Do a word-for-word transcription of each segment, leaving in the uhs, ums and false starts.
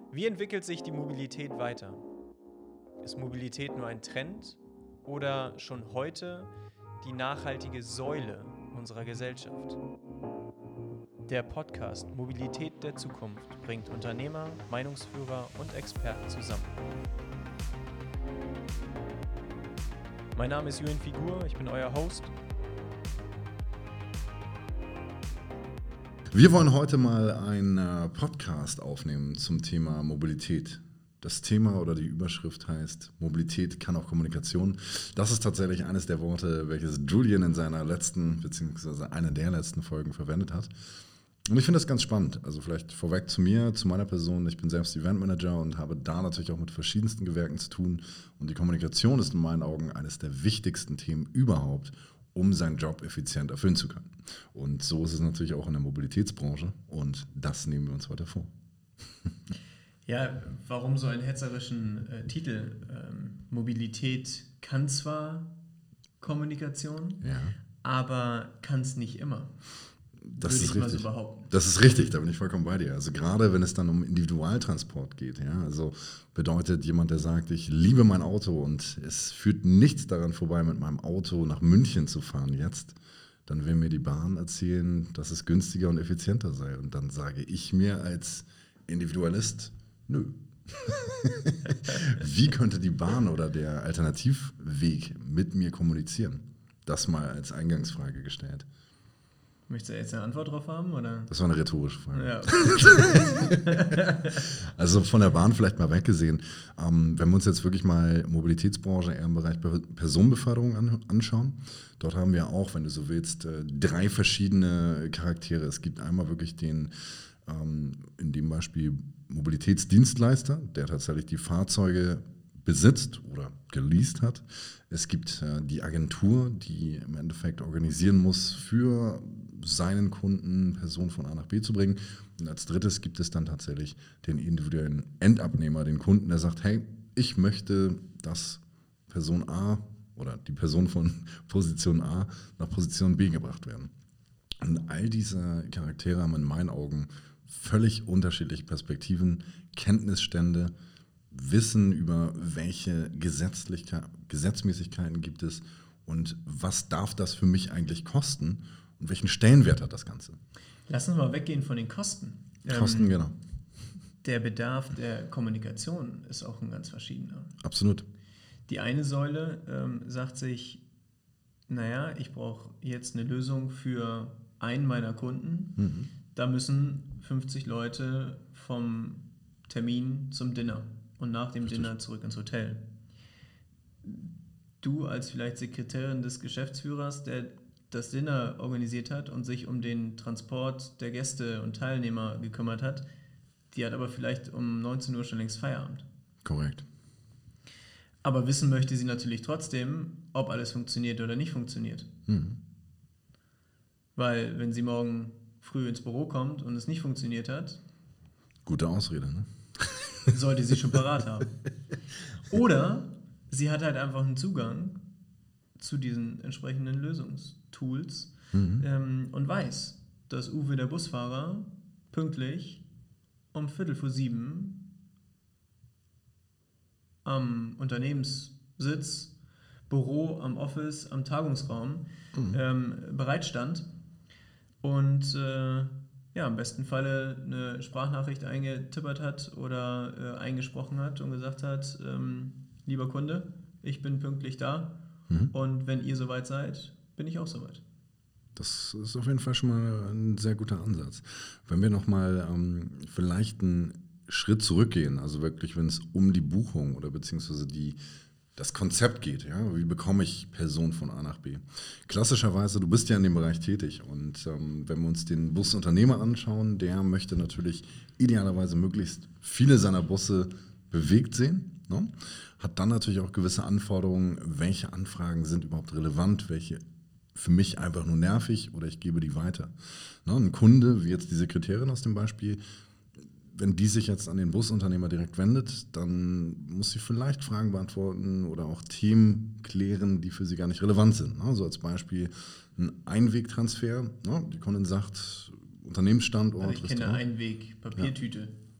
Wie entwickelt sich die Mobilität weiter? Ist Mobilität nur ein Trend oder schon heute die nachhaltige Säule unserer Gesellschaft? Der Podcast Mobilität der Zukunft bringt Unternehmer, Meinungsführer und Experten zusammen. Mein Name ist Julian Figur, ich bin euer Host. Wir wollen heute mal einen Podcast aufnehmen zum Thema Mobilität. Das Thema oder die Überschrift heißt Mobilität kann auch Kommunikation. Das ist tatsächlich eines der Worte, welches Julian in seiner letzten, beziehungsweise einer der letzten Folgen verwendet hat. Und ich finde das ganz spannend. Also vielleicht vorweg zu mir, zu meiner Person. Ich bin selbst Eventmanager und habe da natürlich auch mit verschiedensten Gewerken zu tun. Und die Kommunikation ist in meinen Augen eines der wichtigsten Themen überhaupt, um seinen Job effizient erfüllen zu können. Und so ist es natürlich auch in der Mobilitätsbranche und das nehmen wir uns heute vor. Ja, warum so einen hetzerischen äh, Titel? Ähm, Mobilität kann zwar Kommunikation, ja, aber kann es nicht immer. Das ist richtig. So das ist richtig, da bin ich vollkommen bei dir. Also gerade wenn es dann um Individualtransport geht, ja, also bedeutet jemand, der sagt, ich liebe mein Auto und es führt nichts daran vorbei, mit meinem Auto nach München zu fahren jetzt, dann will mir die Bahn erzählen, dass es günstiger und effizienter sei. Und dann sage ich mir als Individualist, nö. Wie könnte die Bahn oder der Alternativweg mit mir kommunizieren? Das mal als Eingangsfrage gestellt. Möchtest du jetzt eine Antwort drauf haben? Oder? Das war eine rhetorische Frage. Ja. Also von der Bahn vielleicht mal weggesehen. Ähm, wenn wir uns jetzt wirklich mal Mobilitätsbranche eher im Bereich Personenbeförderung an, anschauen, dort haben wir auch, wenn du so willst, äh, drei verschiedene Charaktere. Es gibt einmal wirklich den, ähm, in dem Beispiel Mobilitätsdienstleister, der tatsächlich die Fahrzeuge besitzt oder geleast hat. Es gibt äh, die Agentur, die im Endeffekt organisieren muss, für seinen Kunden Personen von A nach B zu bringen. Und als drittes gibt es dann tatsächlich den individuellen Endabnehmer, den Kunden, der sagt, hey, ich möchte, dass Person A oder die Person von Position A nach Position B gebracht werden. Und all diese Charaktere haben in meinen Augen völlig unterschiedliche Perspektiven, Kenntnisstände, Wissen über welche Gesetzmäßigkeiten gibt es und was darf das für mich eigentlich kosten und welchen Stellenwert hat das Ganze. Lass uns mal weggehen von den Kosten. Kosten, ähm, genau. Der Bedarf der Kommunikation ist auch ein ganz verschiedener. Absolut. Die eine Säule ähm, sagt sich, naja, ich brauche jetzt eine Lösung für einen meiner Kunden. Mhm. Da müssen fünfzig Leute vom Termin zum Dinner und nach dem Richtig. Dinner zurück ins Hotel. Du als vielleicht Sekretärin des Geschäftsführers, der das Dinner organisiert hat und sich um den Transport der Gäste und Teilnehmer gekümmert hat, die hat aber vielleicht um neunzehn Uhr schon längst Feierabend. Korrekt. Aber wissen möchte sie natürlich trotzdem, ob alles funktioniert oder nicht funktioniert. Mhm. Weil wenn sie morgen früh ins Büro kommt und es nicht funktioniert hat... Gute Ausrede, ne? Sollte sie schon parat haben. Oder sie hat halt einfach einen Zugang zu diesen entsprechenden Lösungstools mhm. ähm, und weiß, dass Uwe, der Busfahrer, pünktlich um Viertel vor sieben am Unternehmenssitz, Büro, am Office, am Tagungsraum mhm. ähm, bereitstand und äh, ja, im besten Falle eine Sprachnachricht eingetippert hat oder äh, eingesprochen hat und gesagt hat, ähm, lieber Kunde, ich bin pünktlich da mhm. und wenn ihr soweit seid, bin ich auch soweit. Das ist auf jeden Fall schon mal ein sehr guter Ansatz. Wenn wir nochmal ähm, vielleicht einen Schritt zurückgehen, also wirklich, wenn es um die Buchung oder beziehungsweise die das Konzept geht, ja, wie bekomme ich Personen von A nach B? Klassischerweise, du bist ja in dem Bereich tätig und ähm, wenn wir uns den Busunternehmer anschauen, der möchte natürlich idealerweise möglichst viele seiner Busse bewegt sehen, ne? Hat dann natürlich auch gewisse Anforderungen, welche Anfragen sind überhaupt relevant, welche für mich einfach nur nervig oder ich gebe die weiter. Ne? Ein Kunde, wie jetzt die Sekretärin aus dem Beispiel, wenn die sich jetzt an den Busunternehmer direkt wendet, dann muss sie vielleicht Fragen beantworten oder auch Themen klären, die für sie gar nicht relevant sind. Also als Beispiel ein Einwegtransfer. Die Kundin sagt, Unternehmensstandort, also ich kenne Einweg, Papiertüte. Ja.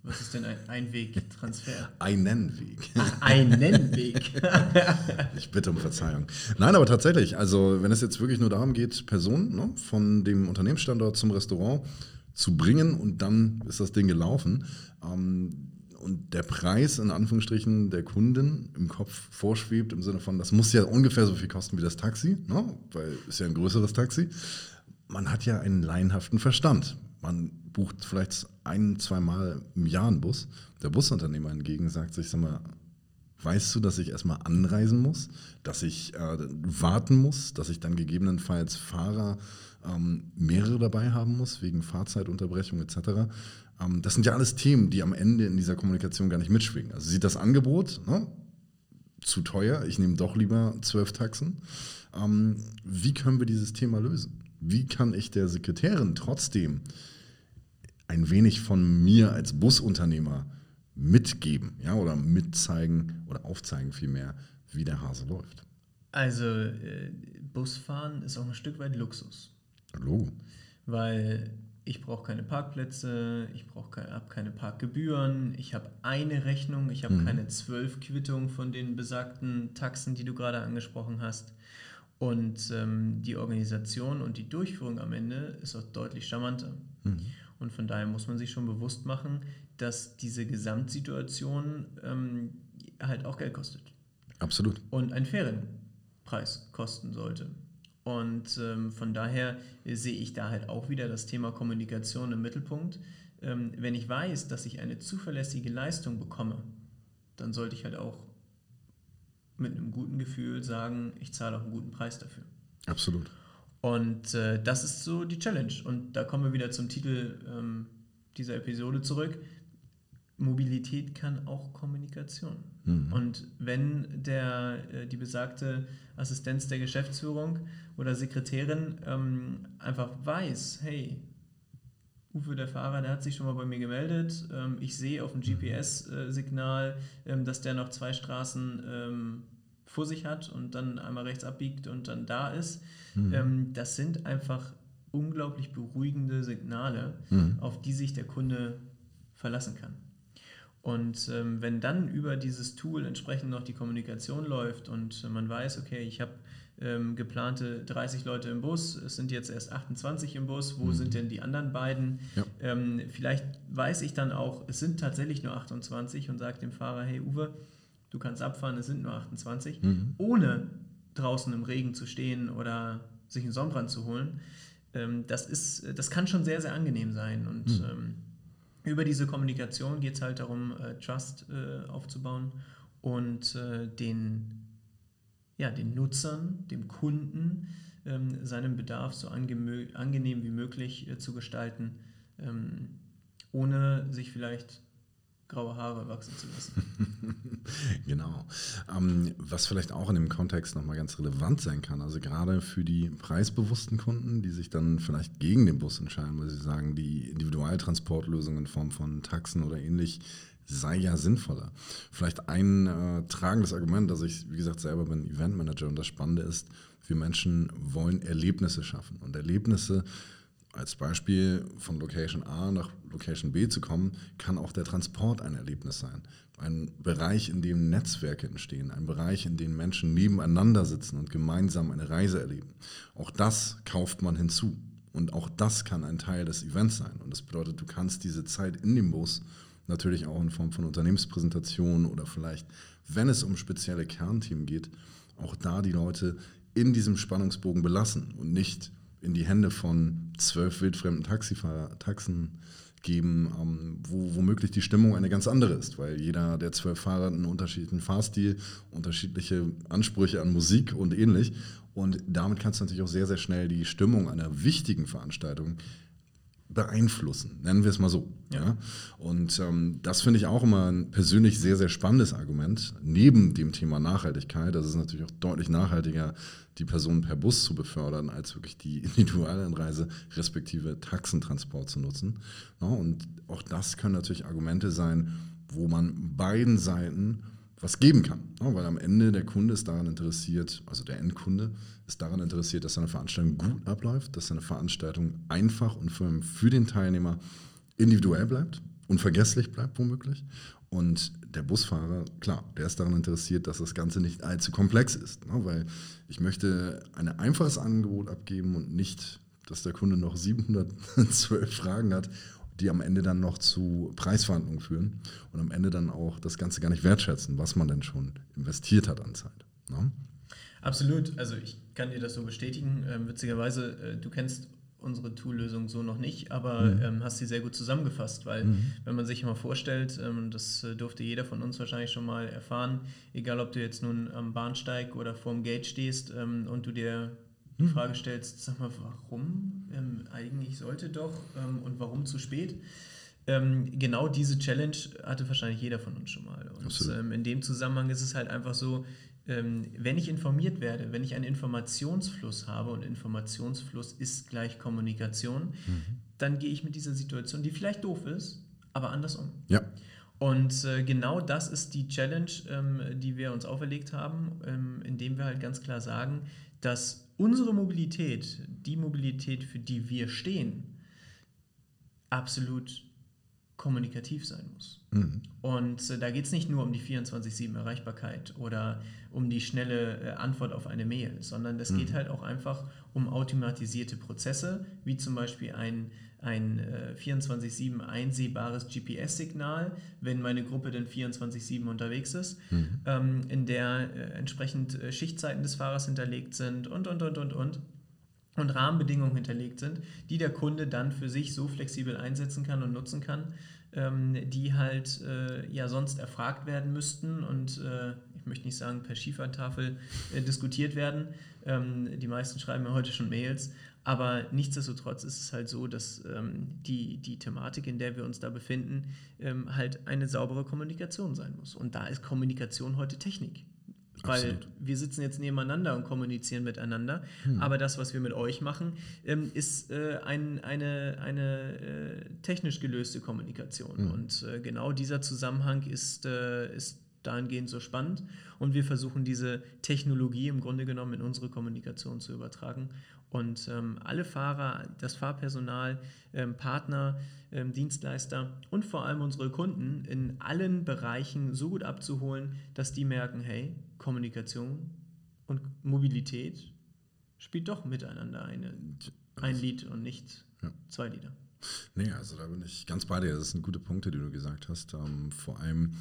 Was ist denn ein Einwegtransfer? Einen Weg. Ach, einen Weg. Ich bitte um Verzeihung. Nein, aber tatsächlich, also wenn es jetzt wirklich nur darum geht, Personen, ne, von dem Unternehmensstandort zum Restaurant zu bringen und dann ist das Ding gelaufen. Ähm, und der Preis in Anführungsstrichen der Kunden im Kopf vorschwebt im Sinne von, das muss ja ungefähr so viel kosten wie das Taxi, ne, weil es ja ein größeres Taxi. Man hat ja einen laienhaften Verstand. Man bucht vielleicht ein, zwei Mal im Jahr einen Bus. Der Busunternehmer hingegen sagt sich, sag mal, weißt du, dass ich erstmal anreisen muss, dass ich äh, warten muss, dass ich dann gegebenenfalls Fahrer ähm, mehrere dabei haben muss, wegen Fahrzeitunterbrechung et cetera. Ähm, das sind ja alles Themen, die am Ende in dieser Kommunikation gar nicht mitschwingen. Also sieht das Angebot, ne, zu teuer, ich nehme doch lieber zwölf Taxen. Ähm, wie können wir dieses Thema lösen? Wie kann ich der Sekretärin trotzdem ein wenig von mir als Busunternehmer mitgeben, ja, oder mitzeigen oder aufzeigen vielmehr, wie der Hase läuft? Also äh, Busfahren ist auch ein Stück weit Luxus. Logo. Weil ich brauche keine Parkplätze, ich keine, habe keine Parkgebühren, ich habe eine Rechnung, ich habe mhm. keine zwölf Quittungen von den besagten Taxen, die du gerade angesprochen hast. Und ähm, die Organisation und die Durchführung am Ende ist auch deutlich charmanter. Mhm. Und von daher muss man sich schon bewusst machen, dass diese Gesamtsituation ähm, halt auch Geld kostet. Absolut. Und einen fairen Preis kosten sollte. Und ähm, von daher sehe ich da halt auch wieder das Thema Kommunikation im Mittelpunkt. Ähm, wenn ich weiß, dass ich eine zuverlässige Leistung bekomme, dann sollte ich halt auch mit einem guten Gefühl sagen, ich zahle auch einen guten Preis dafür. Absolut. Und äh, das ist so die Challenge. Und da kommen wir wieder zum Titel ähm, dieser Episode zurück. Mobilität kann auch Kommunikation. Mhm. Und wenn der, äh, die besagte Assistenz der Geschäftsführung oder Sekretärin ähm, einfach weiß, hey, Uwe, der Fahrer, der hat sich schon mal bei mir gemeldet, ähm, ich sehe auf dem G P S-Signal, ähm, dass der noch zwei Straßen ähm, vor sich hat und dann einmal rechts abbiegt und dann da ist. Mhm. Ähm, das sind einfach unglaublich beruhigende Signale, mhm. auf die sich der Kunde verlassen kann. Und ähm, wenn dann über dieses Tool entsprechend noch die Kommunikation läuft und äh, man weiß, okay, ich habe ähm, geplante dreißig Leute im Bus, es sind jetzt erst achtundzwanzig im Bus, wo mhm. sind denn die anderen beiden? Ja. Ähm, vielleicht weiß ich dann auch, es sind tatsächlich nur achtundzwanzig und sage dem Fahrer, hey Uwe, du kannst abfahren, es sind nur achtundzwanzig, mhm. ohne draußen im Regen zu stehen oder sich einen Sonnenbrand zu holen. Ähm, das ist, das kann schon sehr, sehr angenehm sein und mhm. ähm, über diese Kommunikation geht es halt darum, äh, Trust äh, aufzubauen und äh, den, ja, den Nutzern, dem Kunden, ähm, seinen Bedarf so ange- angenehm wie möglich äh, zu gestalten, ähm, ohne sich vielleicht graue Haare wachsen zu lassen. Genau. Ähm, was vielleicht auch in dem Kontext nochmal ganz relevant sein kann, also gerade für die preisbewussten Kunden, die sich dann vielleicht gegen den Bus entscheiden, weil sie sagen, die Individualtransportlösung in Form von Taxen oder ähnlich sei ja sinnvoller. Vielleicht ein äh, tragendes Argument, dass ich, wie gesagt, selber bin Eventmanager und das Spannende ist, wir Menschen wollen Erlebnisse schaffen und Erlebnisse als Beispiel von Location A nach Location B zu kommen, kann auch der Transport ein Erlebnis sein. Ein Bereich, in dem Netzwerke entstehen, ein Bereich, in dem Menschen nebeneinander sitzen und gemeinsam eine Reise erleben. Auch das kauft man hinzu. Und auch das kann ein Teil des Events sein. Und das bedeutet, du kannst diese Zeit in dem Bus natürlich auch in Form von Unternehmenspräsentation oder vielleicht, wenn es um spezielle Kernthemen geht, auch da die Leute in diesem Spannungsbogen belassen und nicht in die Hände von zwölf wildfremden Taxifahrer, Taxen geben, ähm, wo womöglich die Stimmung eine ganz andere ist, weil jeder der zwölf Fahrer einen unterschiedlichen Fahrstil, unterschiedliche Ansprüche an Musik und ähnlich. Und damit kannst du natürlich auch sehr, sehr schnell die Stimmung einer wichtigen Veranstaltung beeinflussen, nennen wir es mal so. Ja. Ja? Und ähm, das finde ich auch immer ein persönlich sehr, sehr spannendes Argument. Neben dem Thema Nachhaltigkeit, das ist natürlich auch deutlich nachhaltiger, die Personen per Bus zu befördern, als wirklich die Individualanreise respektive Taxentransport zu nutzen. Ja, und auch das können natürlich Argumente sein, wo man beiden Seiten was geben kann. Ja, weil am Ende der Kunde ist daran interessiert, also der Endkunde ist daran interessiert, dass seine Veranstaltung gut abläuft, dass seine Veranstaltung einfach und für, für den Teilnehmer individuell bleibt unvergesslich bleibt womöglich. Und der Busfahrer, klar, der ist daran interessiert, dass das Ganze nicht allzu komplex ist. Ne? Weil ich möchte ein einfaches Angebot abgeben und nicht, dass der Kunde noch siebenhundertzwölf Fragen hat, die am Ende dann noch zu Preisverhandlungen führen und am Ende dann auch das Ganze gar nicht wertschätzen, was man denn schon investiert hat an Zeit. Ne? Absolut, also ich kann dir das so bestätigen. Ähm, witzigerweise, äh, du kennst unsere Tool-Lösung so noch nicht, aber mhm. ähm, hast sie sehr gut zusammengefasst, weil mhm. wenn man sich mal vorstellt, ähm, das äh, durfte jeder von uns wahrscheinlich schon mal erfahren, egal ob du jetzt nun am Bahnsteig oder vorm Gate stehst ähm, und du dir die mhm. Frage stellst, sag mal, warum? Ähm, eigentlich sollte doch ähm, und warum zu spät? Ähm, genau diese Challenge hatte wahrscheinlich jeder von uns schon mal. Und ähm, in dem Zusammenhang ist es halt einfach so, ähm, wenn ich informiert werde, wenn ich einen Informationsfluss habe und Informationsfluss ist gleich Kommunikation, mhm. dann gehe ich mit dieser Situation, die vielleicht doof ist, aber anders um. Ja. Und äh, genau das ist die Challenge, ähm, die wir uns auferlegt haben, ähm, indem wir halt ganz klar sagen, dass unsere Mobilität, die Mobilität, für die wir stehen, absolut kommunikativ sein muss. Mhm. Und äh, da geht es nicht nur um die vierundzwanzig sieben Erreichbarkeit oder um die schnelle äh, Antwort auf eine Mail, sondern es mhm. geht halt auch einfach um automatisierte Prozesse, wie zum Beispiel ein, ein äh, vierundzwanzig sieben einsehbares G P S-Signal, wenn meine Gruppe dann vierundzwanzig sieben unterwegs ist, mhm. ähm, in der äh, entsprechend äh, Schichtzeiten des Fahrers hinterlegt sind und, und, und, und, und. und Rahmenbedingungen hinterlegt sind, die der Kunde dann für sich so flexibel einsetzen kann und nutzen kann, ähm, die halt äh, ja sonst erfragt werden müssten und äh, ich möchte nicht sagen per Schiefertafel äh, diskutiert werden. Ähm, die meisten schreiben ja heute schon Mails, aber nichtsdestotrotz ist es halt so, dass ähm, die, die Thematik, in der wir uns da befinden, ähm, halt eine saubere Kommunikation sein muss. Und da ist Kommunikation heute Technik. Weil Absolut. Wir sitzen jetzt nebeneinander und kommunizieren miteinander, hm. aber das, was wir mit euch machen, ähm, ist äh, ein, eine, eine äh, technisch gelöste Kommunikation. Hm. Und äh, genau dieser Zusammenhang ist, äh, ist dahingehend so spannend und wir versuchen diese Technologie im Grunde genommen in unsere Kommunikation zu übertragen. Und ähm, alle Fahrer, das Fahrpersonal, ähm, Partner, ähm, Dienstleister und vor allem unsere Kunden in allen Bereichen so gut abzuholen, dass die merken, hey, Kommunikation und Mobilität spielt doch miteinander eine, ein Lied und nicht ja. zwei Lieder. Nee, also da bin ich ganz bei dir. Das sind gute Punkte, die du gesagt hast. Ähm, vor allem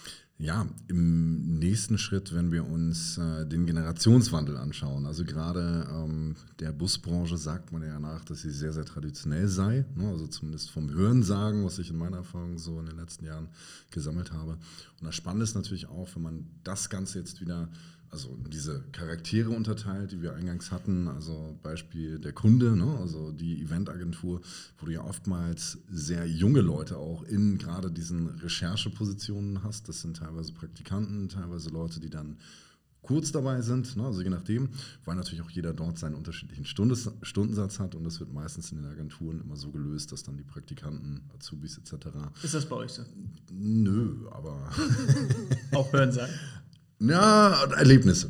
ja, im nächsten Schritt, wenn wir uns äh, den Generationswandel anschauen, also gerade ähm, der Busbranche sagt man ja nach, dass sie sehr, sehr traditionell sei, ne? Also zumindest vom Hörensagen, was ich in meiner Erfahrung so in den letzten Jahren gesammelt habe. Und das Spannende ist natürlich auch, wenn man das Ganze jetzt wieder, also diese Charaktere unterteilt, die wir eingangs hatten, also Beispiel der Kunde, ne? Also die Eventagentur, wo du ja oftmals sehr junge Leute auch in gerade diesen Recherchepositionen hast. Das sind teilweise Praktikanten, teilweise Leute, die dann kurz dabei sind, ne? Also je nachdem, weil natürlich auch jeder dort seinen unterschiedlichen Stundes, Stundensatz hat und das wird meistens in den Agenturen immer so gelöst, dass dann die Praktikanten, Azubis et cetera. Ist das bei euch so? Nö, aber... auch Hörensagen? Ja, Erlebnisse.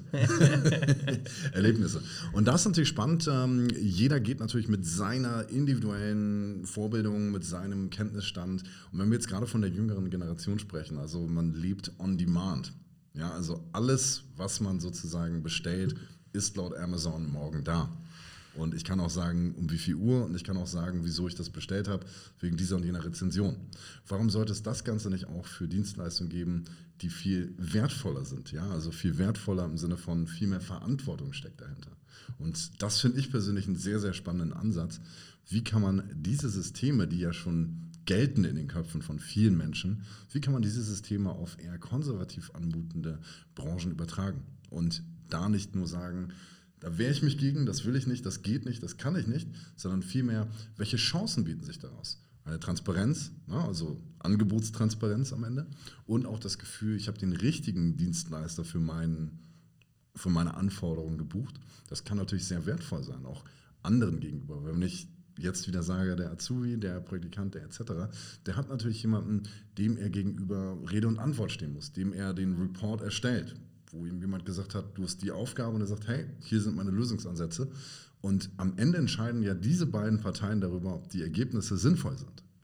Erlebnisse. Und das ist natürlich spannend. Ähm, jeder geht natürlich mit seiner individuellen Vorbildung, mit seinem Kenntnisstand. Und wenn wir jetzt gerade von der jüngeren Generation sprechen, also man lebt on demand. Ja, also alles, was man sozusagen bestellt, ist laut Amazon morgen da. Und ich kann auch sagen, um wie viel Uhr und ich kann auch sagen, wieso ich das bestellt habe, wegen dieser und jener Rezension. Warum sollte es das Ganze nicht auch für Dienstleistungen geben, die viel wertvoller sind? Ja? Also viel wertvoller im Sinne von viel mehr Verantwortung steckt dahinter. Und das finde ich persönlich einen sehr, sehr spannenden Ansatz. Wie kann man diese Systeme, die ja schon gelten in den Köpfen von vielen Menschen, wie kann man diese Systeme auf eher konservativ anmutende Branchen übertragen? Und da nicht nur sagen, da wehre ich mich gegen, das will ich nicht, das geht nicht, das kann ich nicht, sondern vielmehr, welche Chancen bieten sich daraus? Eine Transparenz, also Angebotstransparenz am Ende und auch das Gefühl, ich habe den richtigen Dienstleister für, meinen, für meine Anforderungen gebucht. Das kann natürlich sehr wertvoll sein, auch anderen gegenüber. Wenn ich jetzt wieder sage, der Azubi, der Praktikant, der et cetera, der hat natürlich jemanden, dem er gegenüber Rede und Antwort stehen muss, dem er den Report erstellt, wo ihm jemand gesagt hat, du hast die Aufgabe und er sagt, hey, hier sind meine Lösungsansätze. Und am Ende entscheiden ja diese beiden Parteien darüber, ob die Ergebnisse sinnvoll sind.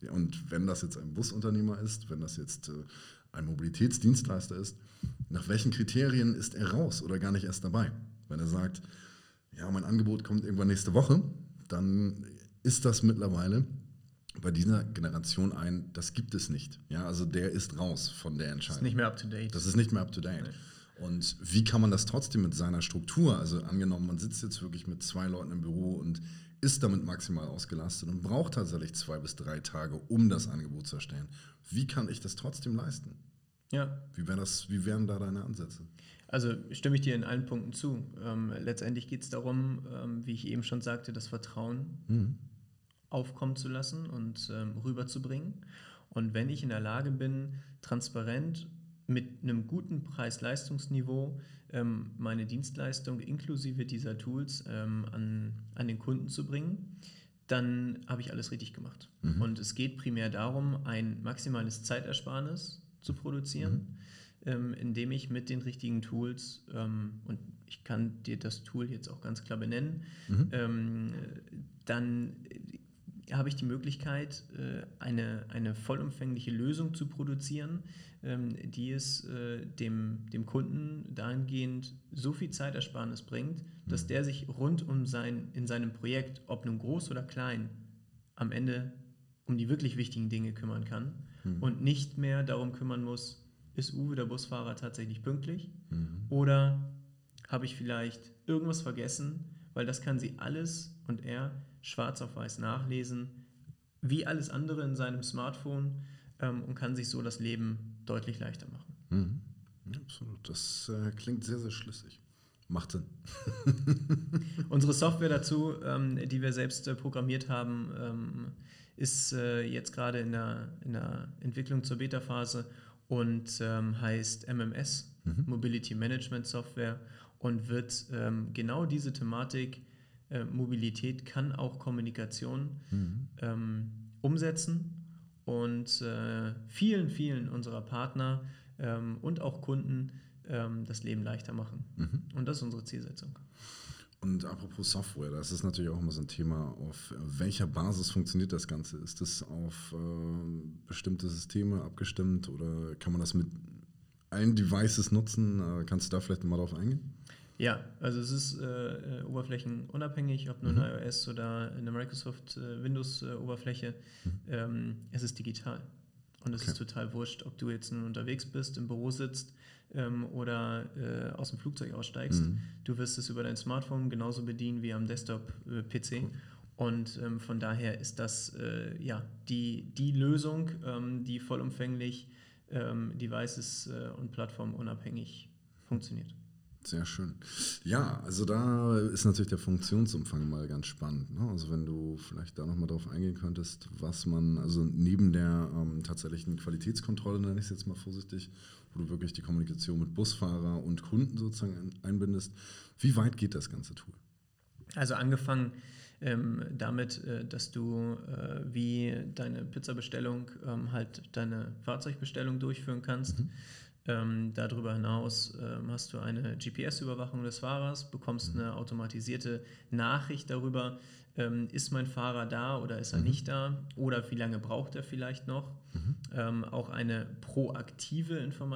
Ja, und wenn das jetzt ein Busunternehmer ist, wenn das jetzt äh, ein Mobilitätsdienstleister ist, nach welchen Kriterien ist er raus oder gar nicht erst dabei? Wenn er sagt, ja, mein Angebot kommt irgendwann nächste Woche, dann ist das mittlerweile bei dieser Generation ein, das gibt es nicht. Ja, also der ist raus von der Entscheidung. Das ist nicht mehr up to date. Das ist nicht mehr up to date. Nee. Und wie kann man das trotzdem mit seiner Struktur, also angenommen, man sitzt jetzt wirklich mit zwei Leuten im Büro und ist damit maximal ausgelastet und braucht tatsächlich zwei bis drei Tage, um das Angebot zu erstellen. Wie kann ich das trotzdem leisten? Ja. Wie, wär das, wie wären da deine Ansätze? Also stimme ich dir in allen Punkten zu. Ähm, letztendlich geht es darum, ähm, wie ich eben schon sagte, das Vertrauen mhm. aufkommen zu lassen und ähm, rüberzubringen. Und wenn ich in der Lage bin, transparent mit einem guten Preis-Leistungsniveau ähm, meine Dienstleistung inklusive dieser Tools ähm, an, an den Kunden zu bringen, dann habe ich alles richtig gemacht. Mhm. Und es geht primär darum, ein maximales Zeitersparnis zu produzieren, mhm. ähm, indem ich mit den richtigen Tools, ähm, und ich kann dir das Tool jetzt auch ganz klar benennen, mhm. ähm, dann habe ich die Möglichkeit, eine, eine vollumfängliche Lösung zu produzieren, die es dem, dem Kunden dahingehend so viel Zeitersparnis bringt, dass der sich rund um sein, in seinem Projekt, ob nun groß oder klein, am Ende um die wirklich wichtigen Dinge kümmern kann mhm. und nicht mehr darum kümmern muss, ist Uwe, der Busfahrer, tatsächlich pünktlich mhm. oder habe ich vielleicht irgendwas vergessen, weil das kann sie alles und er schwarz auf weiß nachlesen, wie alles andere in seinem Smartphone ähm, und kann sich so das Leben deutlich leichter machen. Mhm. Ja, absolut. Das äh, klingt sehr, sehr schlüssig. Macht Sinn. Unsere Software dazu, ähm, die wir selbst äh, programmiert haben, ähm, ist äh, jetzt gerade in der, in der Entwicklung zur Beta-Phase und ähm, heißt M M S, mhm. Mobility Management Software, und wird ähm, genau diese Thematik Äh, Mobilität kann auch Kommunikation mhm. ähm, umsetzen und äh, vielen, vielen unserer Partner ähm, und auch Kunden ähm, das Leben leichter machen. Mhm. Und das ist unsere Zielsetzung. Und apropos Software, das ist natürlich auch immer so ein Thema, auf welcher Basis funktioniert das Ganze? Ist das auf äh, bestimmte Systeme abgestimmt oder kann man das mit allen Devices nutzen? Äh, kannst du da vielleicht mal drauf eingehen? Ja, also es ist äh, oberflächenunabhängig, ob nur mhm. eine iOS oder eine Microsoft äh, Windows-Oberfläche. Mhm. Ähm, es ist digital. Und es okay. ist total wurscht, ob du jetzt nun unterwegs bist, im Büro sitzt ähm, oder äh, aus dem Flugzeug aussteigst. Mhm. Du wirst es über dein Smartphone genauso bedienen wie am Desktop-P C. Cool. Und ähm, von daher ist das äh, ja, die, die Lösung, ähm, die vollumfänglich ähm, devices- äh, und plattformunabhängig funktioniert. Sehr schön. Ja, also da ist natürlich der Funktionsumfang mal ganz spannend. Ne? Also wenn du vielleicht da nochmal drauf eingehen könntest, was man, also neben der ähm, tatsächlichen Qualitätskontrolle, nenne ich es jetzt mal vorsichtig, wo du wirklich die Kommunikation mit Busfahrer und Kunden sozusagen einbindest, wie weit geht das ganze Tool? Also angefangen ähm, damit, äh, dass du äh, wie deine Pizzabestellung ähm, halt deine Fahrzeugbestellung durchführen kannst. Mhm. Ähm, darüber hinaus ähm, hast du eine G P S-Überwachung des Fahrers, bekommst eine automatisierte Nachricht darüber, ähm, ist mein Fahrer da oder ist er mhm. nicht da oder wie lange braucht er vielleicht noch. Mhm. Ähm, auch eine proaktive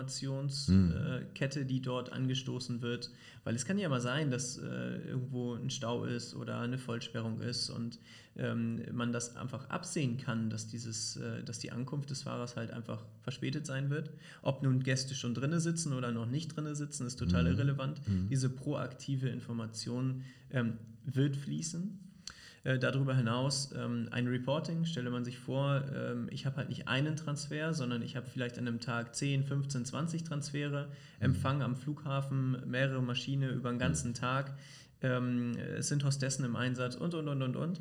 Informationskette, mhm. die dort angestoßen wird, weil es kann ja mal sein, dass äh, irgendwo ein Stau ist oder eine Vollsperrung ist und ähm, man das einfach absehen kann, dass, dieses, äh, dass die Ankunft des Fahrers halt einfach verspätet sein wird. Ob nun Gäste schon drinne sitzen oder noch nicht drinne sitzen, ist total mhm. irrelevant. Mhm. Diese proaktive Information ähm, wird fließen. Äh, darüber hinaus ähm, ein Reporting, stelle man sich vor, ähm, ich habe halt nicht einen Transfer, sondern ich habe vielleicht an einem Tag zehn, fünfzehn, zwanzig Transfere, empfange am Flughafen mehrere Maschinen über den ganzen Tag, ähm, es sind Hostessen im Einsatz und, und, und, und, und.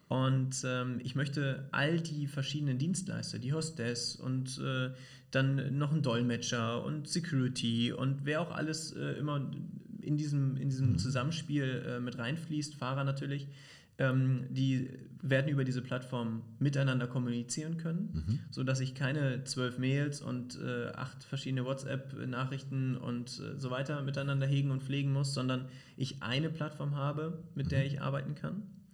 Und ähm, ich möchte all die verschiedenen Dienstleister, die Hostess und äh, dann noch ein Dolmetscher und Security und wer auch alles äh, immer in diesem, in diesem Zusammenspiel äh, mit reinfließt, Fahrer natürlich, ähm, die werden über diese Plattform miteinander kommunizieren können, mhm. sodass ich keine zwölf Mails und äh, acht verschiedene WhatsApp-Nachrichten und äh, so weiter miteinander hegen und pflegen muss, sondern ich eine Plattform habe, mit mhm. der ich arbeiten kann.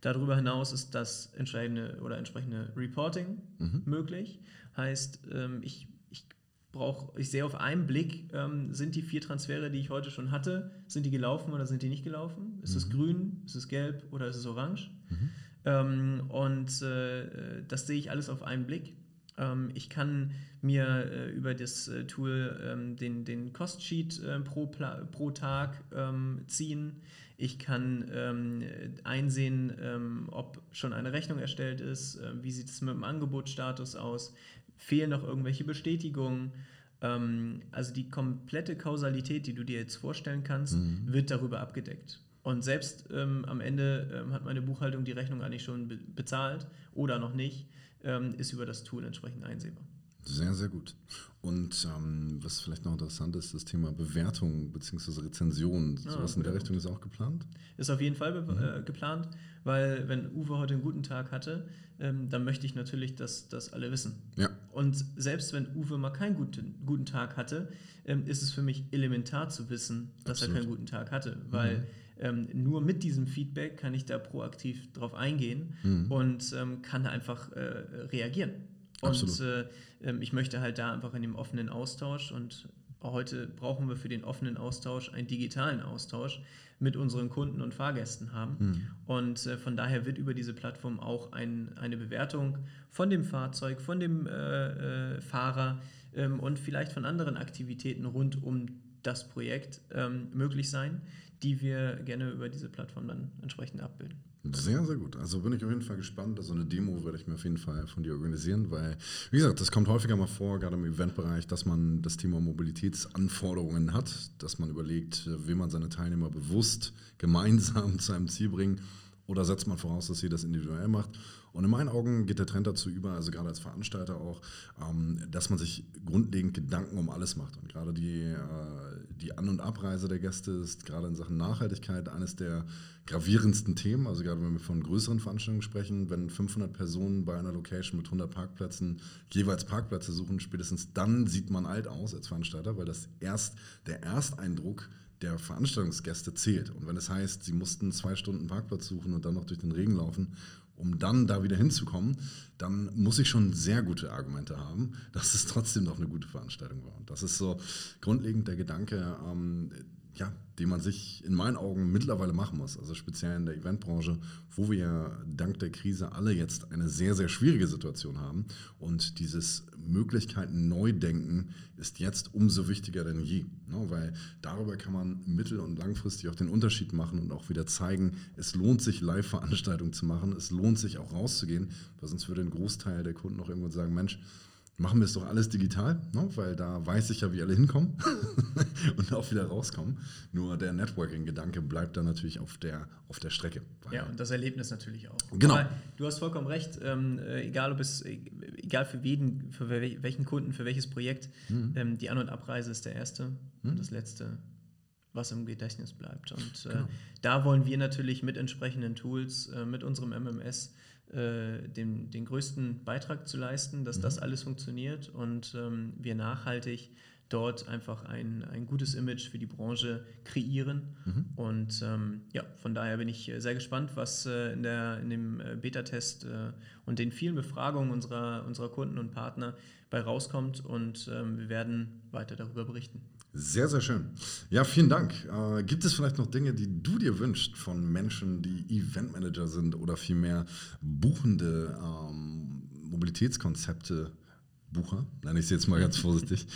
Darüber hinaus ist das entscheidende oder entsprechende Reporting mhm. möglich. Heißt, ähm, ich, ich brauche, ich sehe auf einen Blick, ähm, sind die vier Transfere, die ich heute schon hatte, sind die gelaufen oder sind die nicht gelaufen? Ist mhm. es grün, ist es gelb oder ist es orange? Mhm. Ähm, und äh, das sehe ich alles auf einen Blick. Ähm, ich kann mir äh, über das äh, Tool ähm, den, den Cost-Sheet äh, pro, pro Tag ähm, ziehen. Ich kann ähm, einsehen, ähm, ob schon eine Rechnung erstellt ist, äh, wie sieht es mit dem Angebotsstatus aus, fehlen noch irgendwelche Bestätigungen. Ähm, also die komplette Kausalität, die du dir jetzt vorstellen kannst, mhm. wird darüber abgedeckt. Und selbst ähm, am Ende ähm, hat meine Buchhaltung die Rechnung eigentlich schon be- bezahlt oder noch nicht, ähm, ist über das Tool entsprechend einsehbar. Sehr, sehr gut. Und ähm, was vielleicht noch interessant ist, das Thema Bewertung bzw. Rezension. Ja, sowas in der Richtung ist auch geplant? Ist auf jeden Fall be- mhm. äh, geplant, weil wenn Uwe heute einen guten Tag hatte, ähm, dann möchte ich natürlich, dass das alle wissen. Ja. Und selbst wenn Uwe mal keinen guten, guten Tag hatte, ähm, ist es für mich elementar zu wissen, dass Absolut. er keinen guten Tag hatte, weil mhm. ähm, nur mit diesem Feedback kann ich da proaktiv drauf eingehen mhm. und ähm, kann einfach äh, reagieren. Und äh, ich möchte halt da einfach in dem offenen Austausch, und heute brauchen wir für den offenen Austausch einen digitalen Austausch mit unseren Kunden und Fahrgästen haben. Mhm. Und äh, von daher wird über diese Plattform auch ein, eine Bewertung von dem Fahrzeug, von dem äh, äh, Fahrer ähm, und vielleicht von anderen Aktivitäten rund um das Projekt ähm, möglich sein, die wir gerne über diese Plattform dann entsprechend abbilden. Sehr, sehr gut. Also bin ich auf jeden Fall gespannt. So eine Demo werde ich mir auf jeden Fall von dir organisieren, weil, wie gesagt, das kommt häufiger mal vor, gerade im Eventbereich, dass man das Thema Mobilitätsanforderungen hat, dass man überlegt, will man seine Teilnehmer bewusst gemeinsam zu einem Ziel bringen oder setzt man voraus, dass sie das individuell macht. Und in meinen Augen geht der Trend dazu über, also gerade als Veranstalter auch, ähm, dass man sich grundlegend Gedanken um alles macht. Und gerade die, äh, die An- und Abreise der Gäste ist gerade in Sachen Nachhaltigkeit eines der gravierendsten Themen. Also gerade wenn wir von größeren Veranstaltungen sprechen, wenn fünfhundert Personen bei einer Location mit hundert Parkplätzen jeweils Parkplätze suchen, spätestens dann sieht man alt aus als Veranstalter, weil das erst der Ersteindruck der Veranstaltungsgäste zählt. Und wenn es heißt, sie mussten zwei Stunden Parkplatz suchen und dann noch durch den Regen laufen, um dann da wieder hinzukommen, dann muss ich schon sehr gute Argumente haben, dass es trotzdem noch eine gute Veranstaltung war. Und das ist so grundlegend der Gedanke, ähm, ja, den man sich in meinen Augen mittlerweile machen muss. Also speziell in der Eventbranche, wo wir ja dank der Krise alle jetzt eine sehr, sehr schwierige Situation haben. Und dieses Möglichkeiten Neudenken ist jetzt umso wichtiger denn je. Ne? Weil darüber kann man mittel- und langfristig auch den Unterschied machen und auch wieder zeigen, es lohnt sich, Live-Veranstaltungen zu machen. Es lohnt sich auch rauszugehen, weil sonst würde ein Großteil der Kunden auch irgendwann sagen, Mensch, machen wir es doch alles digital, ne? Weil da weiß ich ja, wie alle hinkommen und auch wieder rauskommen. Nur der Networking-Gedanke bleibt dann natürlich auf der, auf der Strecke. Ja, und das Erlebnis natürlich auch. Genau. Aber du hast vollkommen recht, ähm, egal ob es, egal für wen, für welchen Kunden, für welches Projekt, mhm. ähm, die An- und Abreise ist der erste mhm. und das letzte, was im Gedächtnis bleibt. Und äh, genau. da wollen wir natürlich mit entsprechenden Tools, äh, mit unserem M M S, Den, den größten Beitrag zu leisten, dass mhm. das alles funktioniert und ähm, wir nachhaltig dort einfach ein, ein gutes Image für die Branche kreieren. Mhm. Und ähm, ja, von daher bin ich sehr gespannt, was äh, in, der, in dem Beta-Test äh, und den vielen Befragungen unserer, unserer Kunden und Partner bei rauskommt und ähm, wir werden weiter darüber berichten. Sehr, sehr schön. Ja, vielen Dank. Äh, gibt es vielleicht noch Dinge, die du dir wünschst von Menschen, die Eventmanager sind oder vielmehr buchende ähm, Mobilitätskonzepte? Bucher, nenne ich es jetzt mal ganz vorsichtig.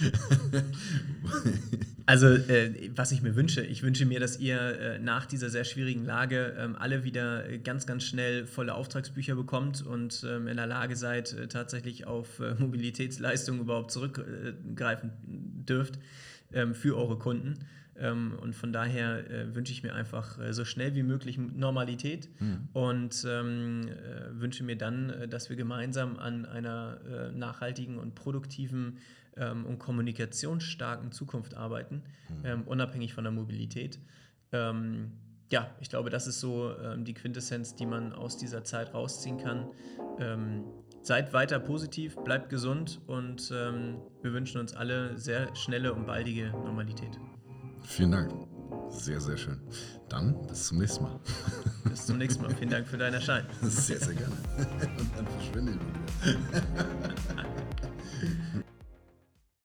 Also, äh, was ich mir wünsche, ich wünsche mir, dass ihr äh, nach dieser sehr schwierigen Lage ähm, alle wieder ganz, ganz schnell volle Auftragsbücher bekommt und ähm, in der Lage seid, äh, tatsächlich auf äh, Mobilitätsleistungen überhaupt zurückgreifen äh, dürft ähm, für eure Kunden. Ähm, und von daher äh, wünsche ich mir einfach äh, so schnell wie möglich Normalität mhm. und ähm, äh, wünsche mir dann, äh, dass wir gemeinsam an einer äh, nachhaltigen und produktiven ähm, und kommunikationsstarken Zukunft arbeiten, mhm. ähm, unabhängig von der Mobilität. Ähm, ja, ich glaube, das ist so ähm, die Quintessenz, die man aus dieser Zeit rausziehen kann. Ähm, seid weiter positiv, bleibt gesund und ähm, wir wünschen uns alle sehr schnelle und baldige Normalität. Vielen Dank. Sehr, sehr schön. Dann bis zum nächsten Mal. Bis zum nächsten Mal. Vielen Dank für dein Erscheinen. Sehr, sehr gerne. Und dann verschwinde ich mal wieder.